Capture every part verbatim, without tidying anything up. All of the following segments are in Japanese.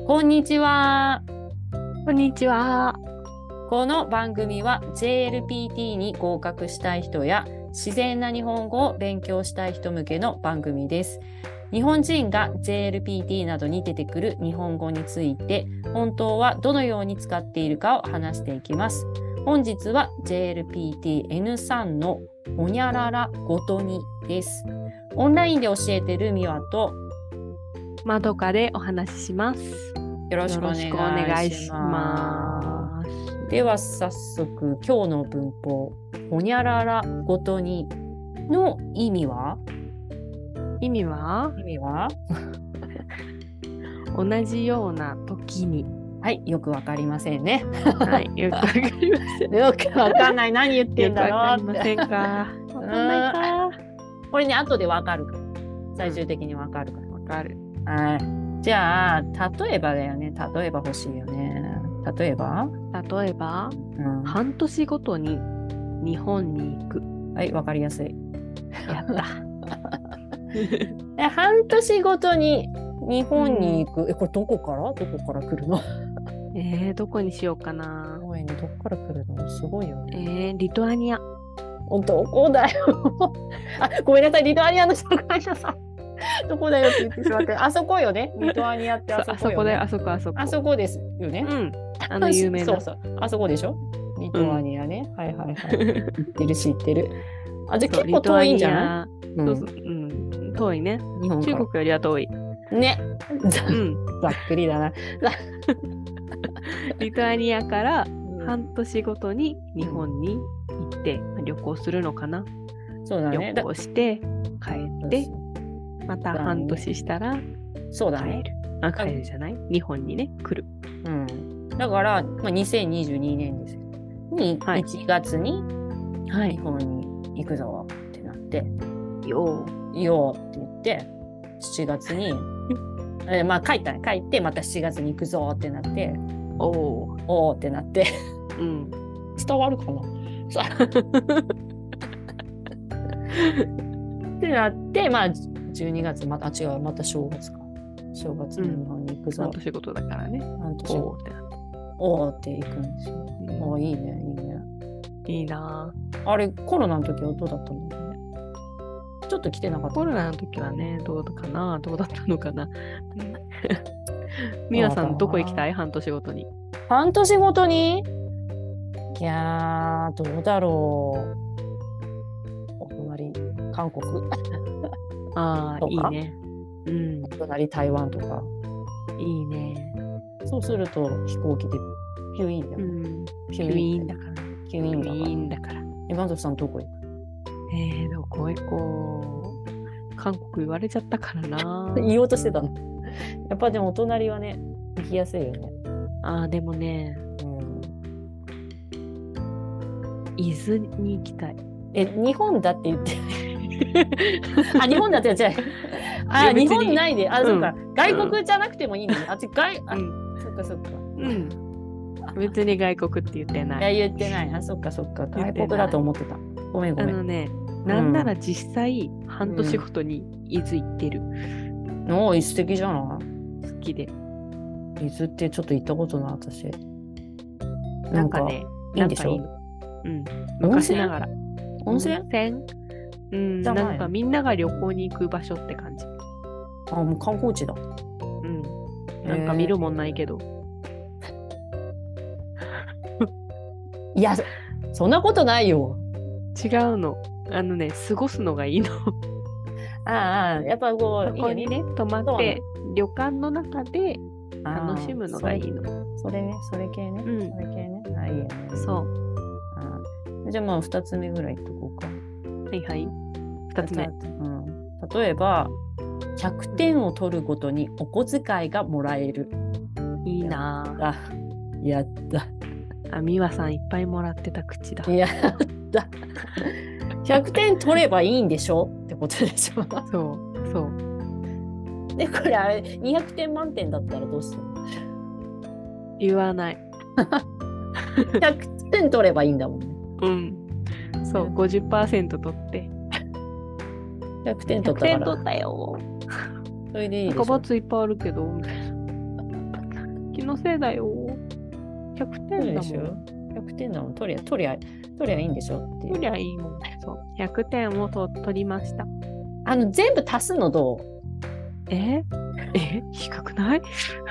こんにちは。 こんにちは。 この番組は ジェイエルピーティー に合格したい人や自然な日本語を勉強したい人向けの番組です。日本人が ジェイエルピーティー などに出てくる日本語について本当はどのように使っているかを話していきます。本日は ジェイエルピーティーエヌスリー のほにゃららごとにです。オンラインで教えているみわとまどかでお話しします。 よろしくお願いします。では早速今日の文法ほにゃららごとにの意味は意味は意味は同じような時に。 はい、よくわかりませんね。 はい、よくわかりません。 よくわかんない。何言ってんだろうって。 よくわかりませんか。わかんないか。 これね、後でわかるから。最終的にわかるから。 わかる。 はい。じゃあ、例えばだよね。例えば欲しいよね。例えば例えば、うん、半年ごとに日本に行く。 はい、わかりやすい。 やった。 半年ごとに日本に行く。うん、え、これどこからどこから来るの？ えー、どこにしようかな。 すごいね。どこから来るの？すごいよね。 えー、リトアニア。 どこだよ。あ、ごめんなさい。リトアニアの紹介者さん。どこだよって言ってしまって。あそこよね。リトアニアってあそこよね。 あそこだよ。あそこあそこ。 あそこですよね。 うん。あの有名な。 そうそう。あそこでしょ。リトアニアね。うん、はいはいはい。知ってる知ってる。あ、じゃあ結構遠いんじゃない？ そうそう、うん、遠いね。日本中国よりは遠い。 ね。ざ、 うん、 ざっくりだな。 リトアニアから半年ごとに日本に行って、うん、旅行するのかな。 そうだね。 旅行して帰って、また半年したら帰る。 そうだね。 あ、帰るじゃない？日本にね、来る。 うん。だから、まあ、にせんにじゅうにねんですよ。に、はい、いちがつに日本に行くぞってなって、 はい、よーよーって言って、しちがつに、えまあ帰ったね。帰って、またしちがつに行くぞってなって、 おーおーってなって、うん、伝わるかなってなって、まあ、じゅうにがつ、また、違う、また正月か。正月に日本に行くぞ。 半年ごとだからね。 半年ごとってなって。おーって行くんですよ。うん、おーいいね、いいね。 いいなぁ。あれ、コロナの時はどうだったんだろうね。ちょっと来てなかった。 コロナの時はね、どうかな、どうだったのかな。みわさん、どこ行きたい？半年ごとに。 半年ごとに？いやー、どうだろう。お隣、韓国ああ、いいね。 うん。お隣、台湾とか。 いいね。 そうすると、飛行機でピューインだよ。 うん、ピューインだから。 ピューインだから。 ピューインだから。 え、まどさんどこ行く？ えー、どこ行こう。韓国言われちゃったからな。 言おうとしてたの。やっぱでもお隣はね、行きやすいよね。 ああ、でもね、うん、伊豆に行きたい。 え、日本だって言って。あ、日本だって言っちゃう。あ、日本ないで。あ、うん、そっか。外国じゃなくてもいいのね。あ、ち、外、あ、うん、そっかそっか。 うん。別に外国って言ってない。 いや、言ってない。あ、そっかそっか。外国だと思ってた。ごめんごめん。 あのね、なんなら実際、半年ごとに伊豆行ってる。 うん、おー、素敵じゃない？ 好きで。 伊豆ってちょっと行ったことない、私。 なんかね、 いいんでしょ？ うん。昔ながら。 温泉？ 温泉？うん、なんかみんなが旅行に行く場所って感じ。 あ、もう観光地だ。 うん。なんか見るもんないけど。 いや、そんなことないよ。 違うの。あのね、過ごすのがいいの。 ああ、やっぱこう、 そこにね、泊まって、旅館の中で楽しむのがいいの。 それね、それ系ね。うん、それ系ね。あ、いいよね。 そう。 あ、じゃあまあ、二つ目ぐらいいっとこうか。 はいはい。二つ目。 うん、例えば、ひゃくてんを取るごとにお小遣いがもらえる。 いいなぁ。やった。 あ、みわさんいっぱいもらってた口だ。 やった。ひゃくてん取ればいいんでしょってことでしょ。 そう、そう。 で、これあれ、にひゃくてん満点だったらどうする？ 言わない。 ひゃくてん取ればいいんだもんね。 うん。そう、ごじゅっパーセント取って。 ひゃくてん取ったから。 ひゃくてん取ったよ。 それでいいでしょ。 なんか罰いっぱいあるけど、みたいな。 気のせいだよ。ひゃくてんだもん。 ひゃくてんだもん。取りゃ、取りゃ、取りゃいいんでしょっていう。 取りゃいいもん。そう。ひゃくてんをと取りました。 あの、全部足すのどう？ ええ低くない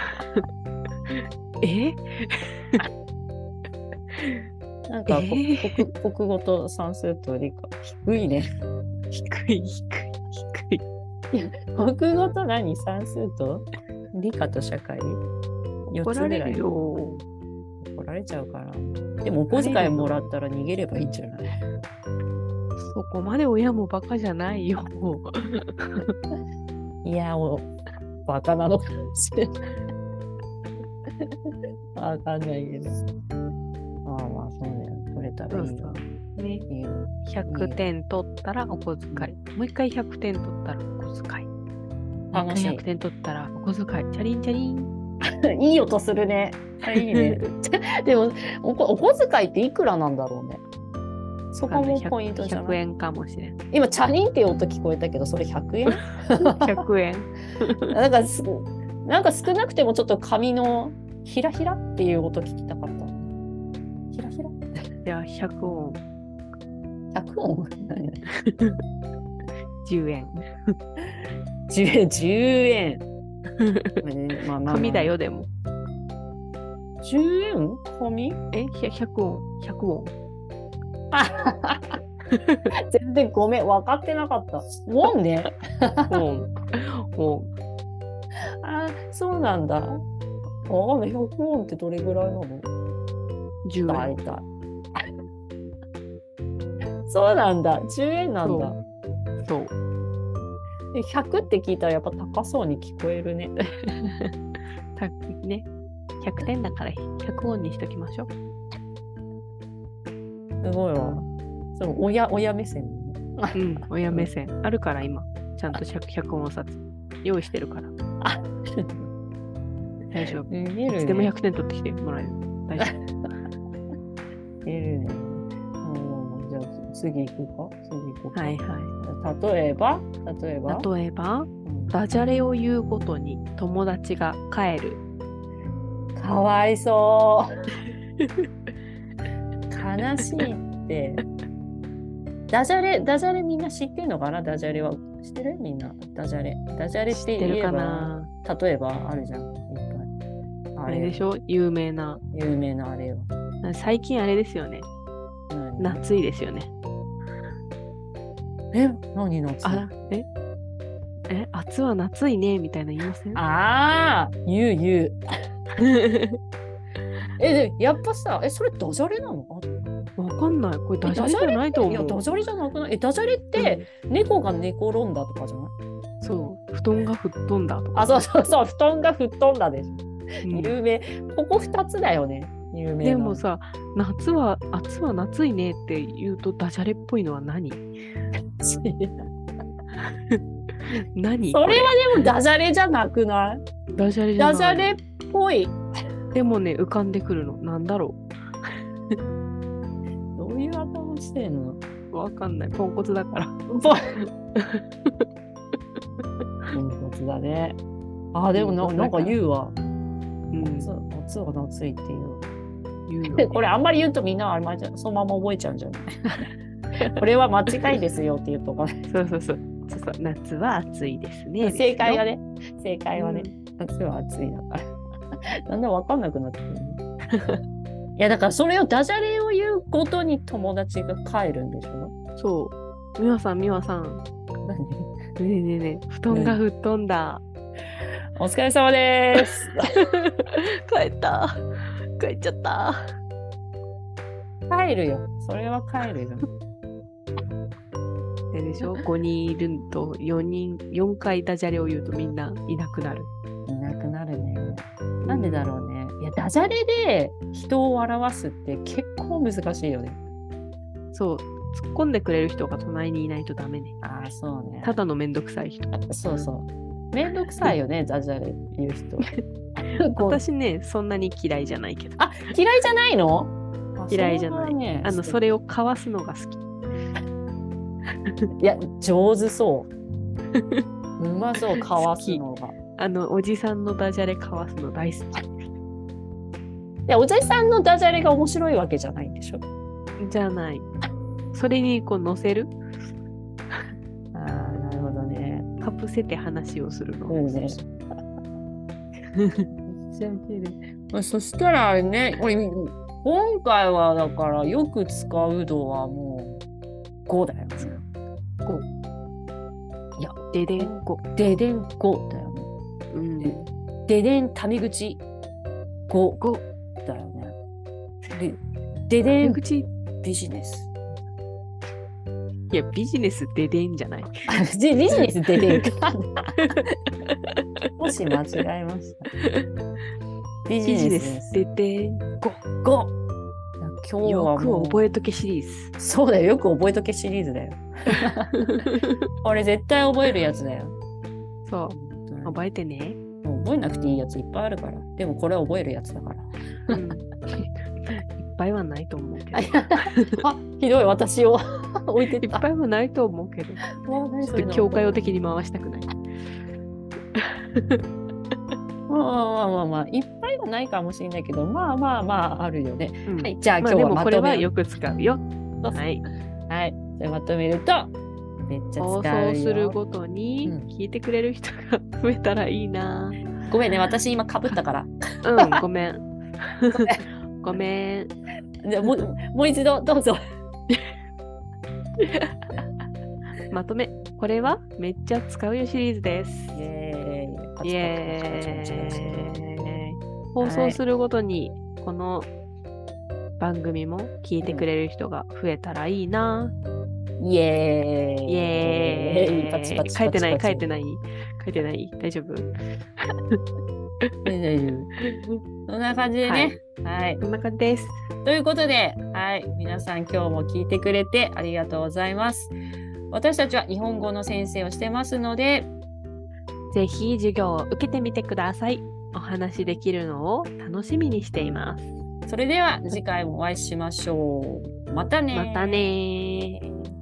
えなんか、 えー、 国, 国語と算数と理科。低いね。 低い、低い、低い。 いや、国語と何？算数と理科と社会？よっつぐらい。怒られるよ。怒られちゃうから。でも、お小遣いもらったら逃げればいいんじゃない？ そこまで親もバカじゃないよ。 いや、おバカなのかもしれない。わかんないけど。まあまあ、そうだよ。取れたらいいよ。 ね、いいよ。ひゃくてん取ったらお小遣い。もう一回ひゃくてん取ったらお小遣い。楽しい。ひゃくてん取ったらお小遣い。チャリンチャリン。 いい音するね。いいね。でもおこ、お小遣いっていくらなんだろうね。そこもポイントじゃない？ひゃくえんかもしれん。 今、チャリンって音聞こえたけど、それひゃくえん？ ひゃくえん。 なんかす、なんか少なくてもちょっと紙のひらひらっていう音聞きたかった。ひらひら？ じゃあひゃくおん。 ひゃくおん？ じゅうえん。 じゅうえん。じゅうえん。まあまあまあ、 紙だよ、でも。 じゅうえん？紙？ え、ひゃくおん。ひゃくおん。 全然ごめん、分かってなかった。ウォンね。 ウォン。ウォン。 あ、そうなんだ。わかんない。ひゃくウォンってどれぐらいなの？ じゅうえん。 大体。そうなんだ。じゅうえんなんだ。 そう。 でひゃくって聞いたらやっぱ高そうに聞こえるね。 たね。ひゃくてんだからひゃくウォンにしときましょう。 すごいわ。その親、親目線。 うん、親目線。あるから今、ちゃんとひゃく、ひゃくウォン札用意してるから。あ大丈夫。ね、いつでもひゃくてん取ってきてもらえる。大丈夫。いるね。じゃあ次行くか次行こうか。 はいはい。例えば例えば例えば、うん、ダジャレを言うごとに友達が帰る。 かわいそう。悲しいって。ダジャレ、ダジャレみんな知ってるのかな？ダジャレは知ってる？みんなダジャレ。ダジャレって言えば、知ってるかな？例えばあるじゃん。いっぱい。 あれでしょ？有名な。 有名なあれよ。 最近あれですよね。夏いですよね。 え、何夏？ あ、ええ、夏は夏いねみたいな言いません？ ああ、言う言う。え、で、やっぱさ、え、それダジャレなの？ わかんない。これダジャレじゃないと思う。 いや、ダジャレじゃなくない？え、ダジャレって、うん、猫が寝転んだとかじゃない？ そう。布団が吹っ飛んだとか。 あ、そうそうそう。布団が吹っ飛んだでしょ。うん、有名。ここふたつだよね。有名な。 でもさ、夏は、夏は夏いねって言うとダジャレっぽいのは何？何？ それはでもダジャレじゃなくない？ ダジャレじゃない。 ダジャレっぽい。 でもね、浮かんでくるの。なんだろう。どういう頭してんの？ わかんない。ポンコツだから。ポンコツだね。あ、でも な, なんか言うわ。 うん、 夏, 夏は夏いっていう。 言うよね、 これあんまり言うとみんなはあんまりそのまま覚えちゃうんじゃないこれは間違いですよっていうところ。 そうそうそう。そうそう、夏は暑いですね。 正解はね。正解はね。うん、夏は暑いだから。だんだん分かんなくなってくる、ね。いやだからそれをダジャレを言うごとに友達が帰るんでしょ？ そう。みわさん、みわさん。 何？ ねえねえねえ、布団が吹っ飛んだ。 お疲れ様です。 帰った。帰っちゃった。 帰るよ。それは帰るよ。 ででしょ？ ご 人いるとよにん、よんかいダジャレを言うとみんないなくなる。 いなくなるね。なんでだろうね。いや、ダジャレで人を笑わすって結構難しいよね。 そう。突っ込んでくれる人が隣にいないとダメね。 ああ、そうね。 ただのめんどくさい人。 そうそう。めんどくさいよね、ダジャレ言う人。 私ね、そんなに嫌いじゃないけど。 あ、嫌いじゃないの？ 嫌いじゃない。ね、あの、それをかわすのが好き。 いや、上手そう。うまそう、かわすのが。 あの、おじさんのダジャレかわすの大好き。 で、おじさんのダジャレが面白いわけじゃないんでしょ？ じゃない。それにこう載せる？ ああ、なるほどね。 かぶせて話をするの。 うんね。そしたらあれね、今回はだからよく使う度はもうごだよね。ご。いや、 ででんご。 ででんごだよね。うん。ででんタメ口ご。ごだよね。で、ででん口ビジネス。 いや、ビジネスででんじゃない。 ビジネスででんか。もし間違えました。ビジネスででんご。 ご。今日はよく覚えとけシリーズ。 そうだよ、よく覚えとけシリーズだよ。これ絶対覚えるやつだよ。 そう。覚えてね。 覚えなくていいやついっぱいあるから。でもこれは覚えるやつだから。うん、いっぱいはないと思うけど。 あ、ひどい、私を置いてた。 いっぱいはないと思うけど。ちょっと教科用的に回したくない。 まあまあまあまあ、いっぱいはないかもしれないけど、まあまあまああるよね。 うん、 はい、じゃあ今日はまとめ、まあ、でもこれはよく使うよ。 はい。はい。じゃあまとめると、めっちゃ使うよ。 放送するごとに聞いてくれる人が増えたらいいな。 うん、ごめんね、私今かぶったから。 うん、ごめん。ごめん。 じゃあもう、もう一度どうぞ。 まとめ。これはめっちゃ使うよシリーズです。イエーイ。イエーイ。放送するごとに、この番組も聞いてくれる人が増えたらいいな。 イエーイ。 イエーイ。パチパチパチパチ書いてない、書いてない。書いてない。大丈夫？ 大丈夫。そんな感じでね。はい。はい、 こんな感じです。 ということで、はい。皆さん今日も聞いてくれてありがとうございます。私たちは日本語の先生をしてますので、 ぜひ授業を受けてみてください。お話できるのを楽しみにしています。 それでは次回もお会いしましょう。またね。 またね。